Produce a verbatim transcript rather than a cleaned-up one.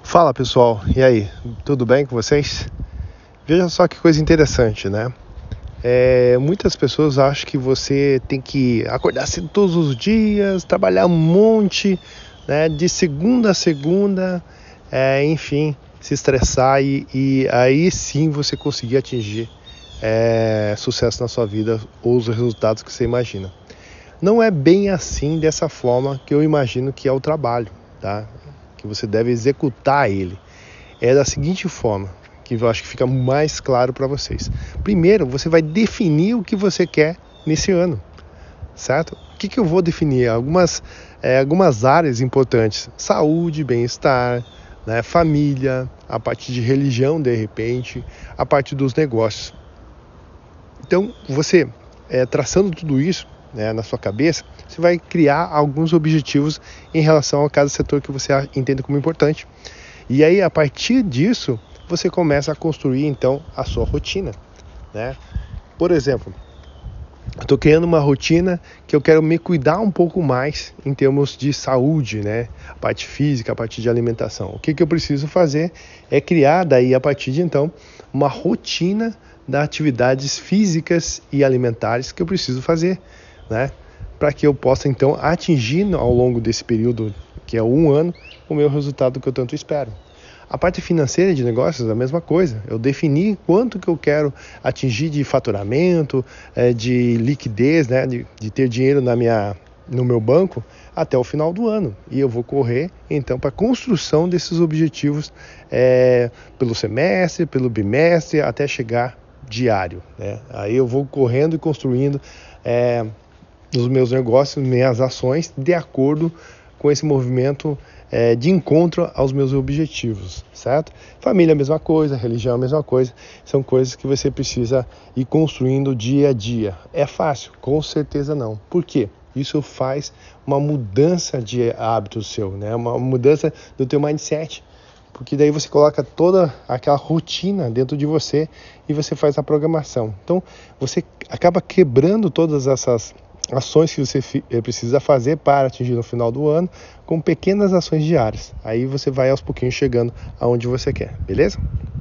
Fala pessoal, e aí, tudo bem com vocês? Veja só que coisa interessante, né? É, muitas pessoas acham que você tem que acordar cedo todos os dias, trabalhar um monte, né? De segunda a segunda, é, enfim, se estressar e, e aí sim você conseguir atingir é, sucesso na sua vida ou os resultados que você imagina. Não é bem assim, dessa forma que eu imagino que é o trabalho, tá? Que você deve executar ele. É da seguinte forma, que eu acho que fica mais claro para vocês. Primeiro, você vai definir o que você quer nesse ano, certo? O que, que eu vou definir? Algumas, é, algumas áreas importantes: saúde, bem-estar, né, família, a parte de religião, de repente, a parte dos negócios. Então, você é, traçando tudo isso, né, na sua cabeça, você vai criar alguns objetivos em relação a cada setor que você entende como importante. E aí, a partir disso, você começa a construir, então, a sua rotina, né? Por exemplo, eu estou criando uma rotina que eu quero me cuidar um pouco mais em termos de saúde, né? A parte física, a parte de alimentação. O que, que eu preciso fazer é criar, daí, a partir de então, uma rotina das atividades físicas e alimentares que eu preciso fazer, né? Para que eu possa, então, atingir ao longo desse período, que é um ano, o meu resultado que eu tanto espero. A parte financeira de negócios é a mesma coisa. Eu defini quanto que eu quero atingir de faturamento, de liquidez, né? de, de ter dinheiro na minha, no meu banco até o final do ano. E eu vou correr, então, para a construção desses objetivos é, pelo semestre, pelo bimestre, até chegar diário, né? Aí eu vou correndo e construindo é, os meus negócios, minhas ações, de acordo com esse movimento é, de encontro aos meus objetivos, certo? Família é a mesma coisa, religião é a mesma coisa, são coisas que você precisa ir construindo dia a dia. É fácil? Com certeza não. Por quê? Isso faz uma mudança de hábito seu, né? Uma mudança do teu mindset. Porque daí você coloca toda aquela rotina dentro de você e você faz a programação. Então, você acaba quebrando todas essas ações que você precisa fazer para atingir no final do ano com pequenas ações diárias. Aí você vai aos pouquinhos chegando aonde você quer, beleza?